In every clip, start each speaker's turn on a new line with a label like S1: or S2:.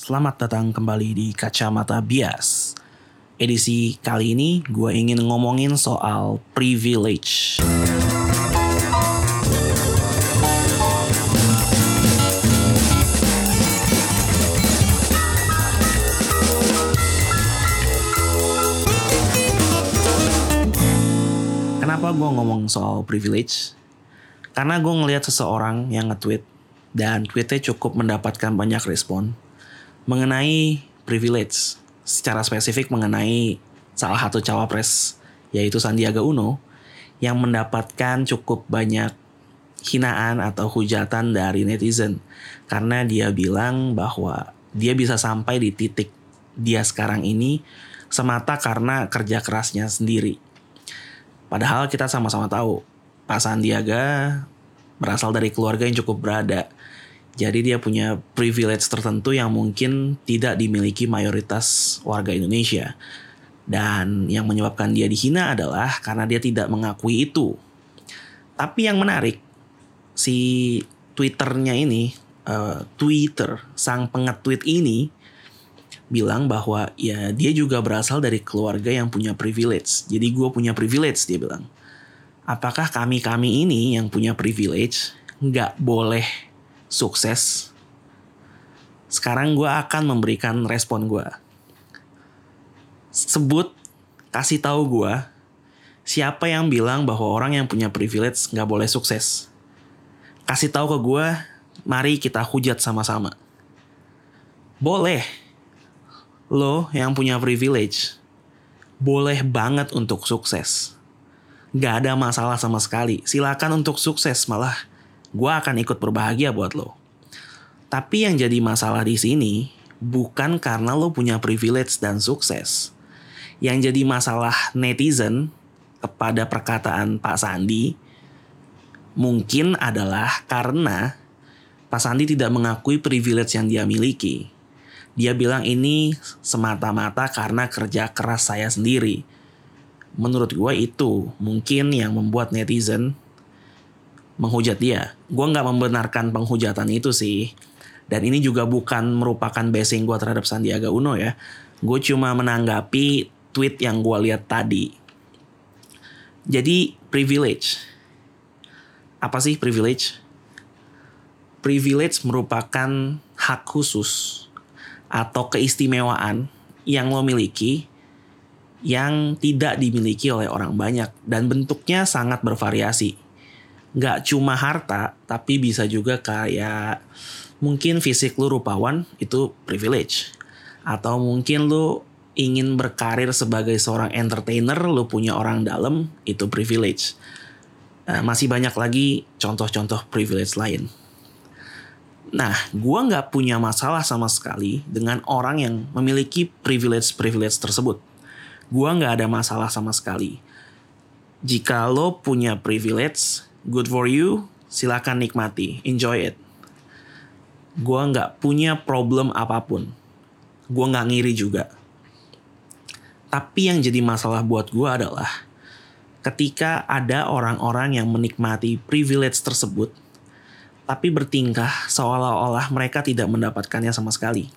S1: Selamat datang kembali di Kacamata Bias. Edisi kali ini gue ingin ngomongin soal privilege. Kenapa gue ngomong soal privilege? Karena gue ngelihat seseorang yang nge-tweet dan tweetnya cukup mendapatkan banyak respon mengenai privilege, secara spesifik mengenai salah satu cawapres yaitu Sandiaga Uno yang mendapatkan cukup banyak hinaan atau hujatan dari netizen karena dia bilang bahwa dia bisa sampai di titik dia sekarang ini semata karena kerja kerasnya sendiri. Padahal kita sama-sama tahu Pak Sandiaga berasal dari keluarga yang cukup berada. Jadi dia punya privilege tertentu yang mungkin tidak dimiliki mayoritas warga Indonesia. Dan yang menyebabkan dia dihina adalah karena dia tidak mengakui itu. Tapi yang menarik, si Twitternya ini, Twitter, sang pengetweet ini bilang bahwa ya dia juga berasal dari keluarga yang punya privilege. Jadi gue punya privilege, dia bilang. Apakah kami-kami ini yang punya privilege nggak boleh sukses? Sekarang gue akan memberikan respon gue. Kasih tahu gue siapa yang bilang bahwa orang yang punya privilege nggak boleh sukses. Kasih tahu ke gue, mari kita hujat sama-sama. Boleh. Lo yang punya privilege boleh banget untuk sukses. Gak ada masalah sama sekali. Silakan untuk sukses, malah gue akan ikut berbahagia buat lo. Tapi yang jadi masalah di sini bukan karena lo punya privilege dan sukses. Yang jadi masalah netizen kepada perkataan Pak Sandi mungkin adalah karena Pak Sandi tidak mengakui privilege yang dia miliki. Dia bilang ini semata-mata karena kerja keras saya sendiri. Menurut gue itu mungkin yang membuat netizen menghujat dia. Gue gak membenarkan penghujatan itu sih. Dan ini juga bukan merupakan bashing gue terhadap Sandiaga Uno ya. Gue cuma menanggapi tweet yang gue lihat tadi. Jadi privilege. Apa sih privilege? Privilege merupakan hak khusus atau keistimewaan yang lo miliki yang tidak dimiliki oleh orang banyak dan bentuknya sangat bervariasi. Gak cuma harta, tapi bisa juga kayak mungkin fisik lu rupawan, itu privilege. Atau mungkin lu ingin berkarir sebagai seorang entertainer, lu punya orang dalam, itu privilege. Masih banyak lagi contoh-contoh privilege lain. Nah, gue gak punya masalah sama sekali dengan orang yang memiliki privilege-privilege tersebut. Gue gak ada masalah sama sekali. Jika lo punya privilege, good for you, silakan nikmati, enjoy it. Gue gak punya problem apapun. Gue gak ngiri juga. Tapi yang jadi masalah buat gue adalah ketika ada orang-orang yang menikmati privilege tersebut tapi bertingkah seolah-olah mereka tidak mendapatkannya sama sekali.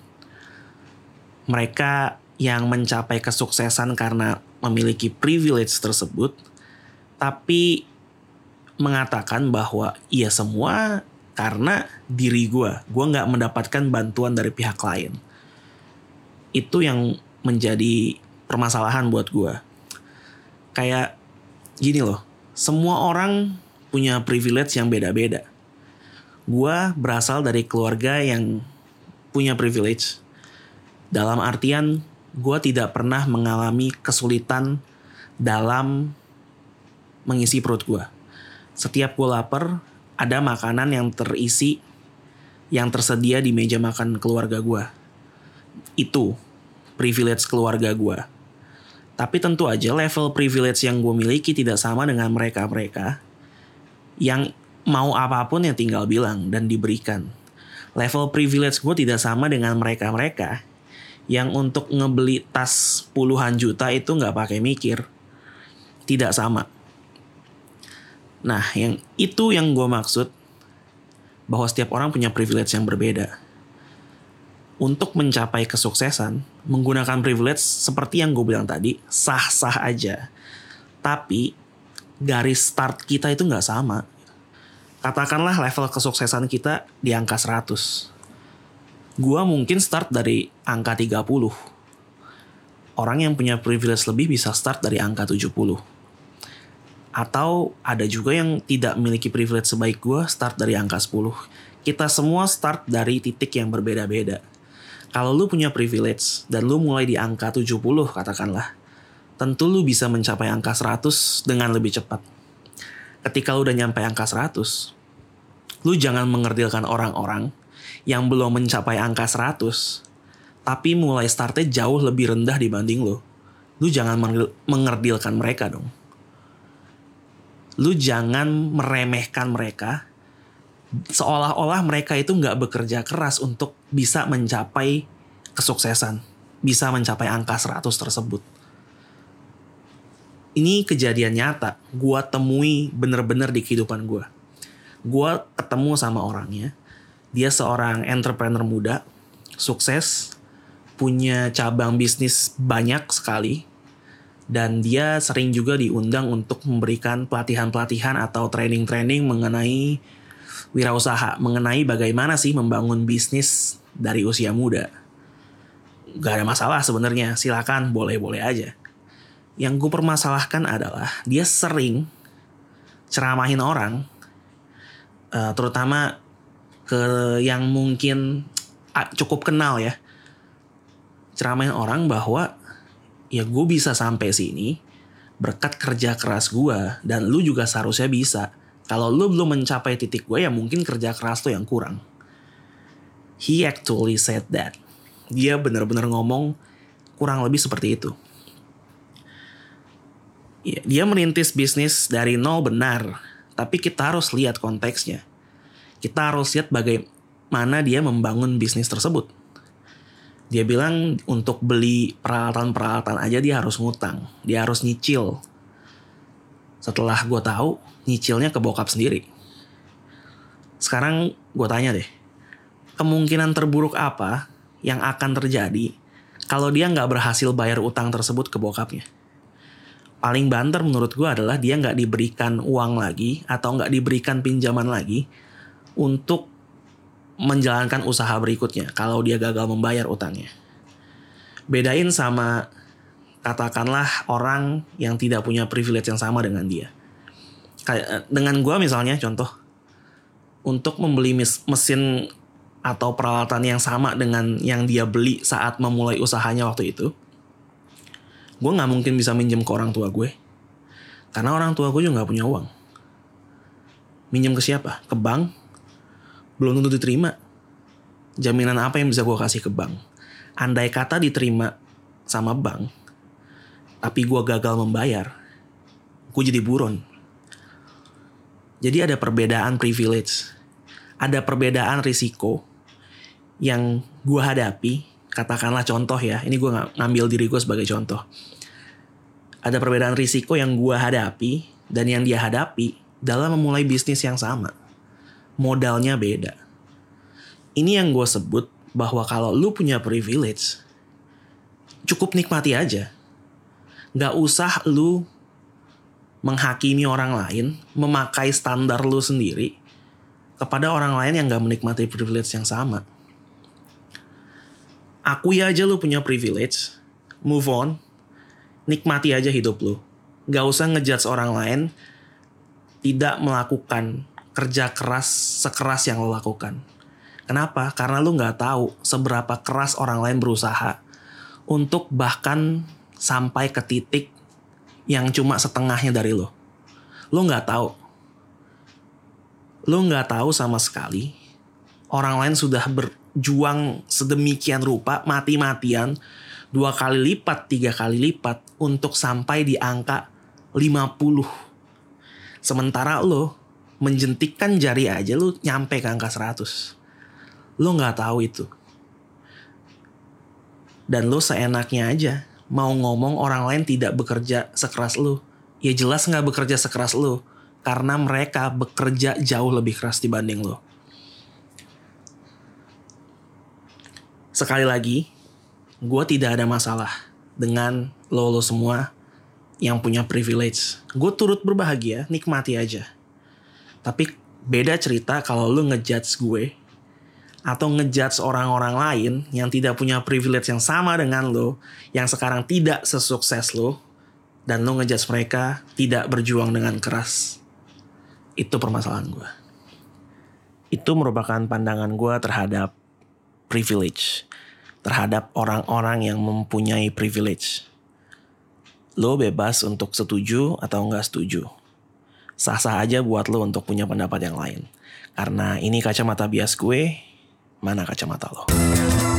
S1: Mereka yang mencapai kesuksesan karena memiliki privilege tersebut, tapi mengatakan bahwa iya semua karena diri gue gak mendapatkan bantuan dari pihak lain. Itu yang menjadi permasalahan buat gue. Kayak gini loh, semua orang punya privilege yang beda-beda. Gue berasal dari keluarga yang punya privilege. Dalam artian gue tidak pernah mengalami kesulitan dalam mengisi perut gue. Setiap gue lapar, ada makanan yang terisi, yang tersedia di meja makan keluarga gue. Itu privilege keluarga gue. Tapi tentu aja level privilege yang gue miliki tidak sama dengan mereka-mereka yang mau apapun yang tinggal bilang dan diberikan. Level privilege gue tidak sama dengan mereka-mereka yang untuk ngebeli tas puluhan juta itu gak pakai mikir. Tidak sama. Nah, yang gue maksud bahwa setiap orang punya privilege yang berbeda. Untuk mencapai kesuksesan, menggunakan privilege seperti yang gue bilang tadi, sah-sah aja. Tapi garis start kita itu nggak sama. Katakanlah level kesuksesan kita di angka 100. Gua mungkin start dari angka 30. Orang yang punya privilege lebih bisa start dari angka 70. Atau ada juga yang tidak memiliki privilege sebaik gua, start dari angka 10. Kita semua start dari titik yang berbeda-beda. Kalau lu punya privilege dan lu mulai di angka 70 katakanlah, tentu lu bisa mencapai angka 100 dengan lebih cepat. Ketika lu udah nyampe angka 100, lu jangan mengerdilkan orang-orang yang belum mencapai angka 100, tapi mulai startnya jauh lebih rendah dibanding lu. Lu jangan mengerdilkan mereka dong. Lu jangan meremehkan mereka, seolah-olah mereka itu gak bekerja keras untuk bisa mencapai kesuksesan, bisa mencapai angka 100 tersebut. Ini kejadian nyata, gue temui bener-bener di kehidupan gue. Gue ketemu sama orangnya, dia seorang entrepreneur muda, sukses, punya cabang bisnis banyak sekali, dan dia sering juga diundang untuk memberikan pelatihan-pelatihan atau training-training mengenai wirausaha, mengenai bagaimana sih membangun bisnis dari usia muda. Gak ada masalah sebenarnya, silakan, boleh-boleh aja. Yang gue permasalahkan adalah dia sering ceramahin orang, terutama ke yang mungkin cukup kenal ya, ceramahin orang bahwa ya gue bisa sampai sini berkat kerja keras gue, dan lu juga seharusnya bisa. Kalau lu belum mencapai titik gue, ya mungkin kerja keras tuh yang kurang. He actually said that. Dia benar-benar ngomong kurang lebih seperti itu. Ya, dia merintis bisnis dari nol benar, tapi kita harus lihat konteksnya. Kita harus lihat bagaimana dia membangun bisnis tersebut. Dia bilang untuk beli peralatan-peralatan aja dia harus ngutang. Dia harus nyicil. Setelah gue tahu, nyicilnya ke bokap sendiri. Sekarang gue tanya deh, kemungkinan terburuk apa yang akan terjadi kalau dia gak berhasil bayar utang tersebut ke bokapnya? Paling banter menurut gue adalah dia gak diberikan uang lagi atau gak diberikan pinjaman lagi untuk menjalankan usaha berikutnya kalau dia gagal membayar utangnya. Bedain sama katakanlah orang yang tidak punya privilege yang sama dengan dia. Kayak dengan gue misalnya, contoh, untuk membeli mesin atau peralatan yang sama dengan yang dia beli saat memulai usahanya waktu itu, gue gak mungkin bisa minjem ke orang tua gue, karena orang tua gue juga gak punya uang. Minjem ke siapa? Ke bank? Belum tentu diterima. Jaminan apa yang bisa gue kasih ke bank? Andai kata diterima sama bank, tapi gue gagal membayar, gue jadi buron. Jadi ada perbedaan privilege, ada perbedaan risiko yang gue hadapi. Katakanlah contoh ya, ini gue ngambil diri gue sebagai contoh. Ada perbedaan risiko yang gue hadapi dan yang dia hadapi dalam memulai bisnis yang sama. Modalnya beda. Ini yang gue sebut bahwa kalau lu punya privilege, cukup nikmati aja. Gak usah lu menghakimi orang lain, memakai standar lu sendiri kepada orang lain yang gak menikmati privilege yang sama. Akui aja lu punya privilege, move on, nikmati aja hidup lu. Gak usah ngejudge orang lain tidak melakukan kerja keras sekeras yang lo lakukan. Kenapa? Karena lo gak tahu seberapa keras orang lain berusaha untuk bahkan sampai ke titik yang cuma setengahnya dari lo. Lo gak tahu. Lo gak tahu sama sekali orang lain sudah berjuang sedemikian rupa, mati-matian, 2 kali lipat, 3 kali lipat untuk sampai di angka 50. Sementara lo menjentikkan jari aja lu nyampe ke angka 100. Lu gak tahu itu. Dan lu seenaknya aja mau ngomong orang lain tidak bekerja sekeras lu. Ya jelas gak bekerja sekeras lu, karena mereka bekerja jauh lebih keras dibanding lu. Sekali lagi, gue tidak ada masalah dengan lo semua yang punya privilege. Gue turut berbahagia, nikmati aja. Tapi beda cerita kalau lo ngejudge gue atau ngejudge orang-orang lain yang tidak punya privilege yang sama dengan lo, yang sekarang tidak sesukses lo, dan lo ngejudge mereka tidak berjuang dengan keras. Itu permasalahan gue. Itu merupakan pandangan gue terhadap privilege, terhadap orang-orang yang mempunyai privilege. Lo bebas untuk setuju atau nggak setuju. Sah-sah aja buat lo untuk punya pendapat yang lain. Karena ini kacamata bias gue, mana kacamata lo?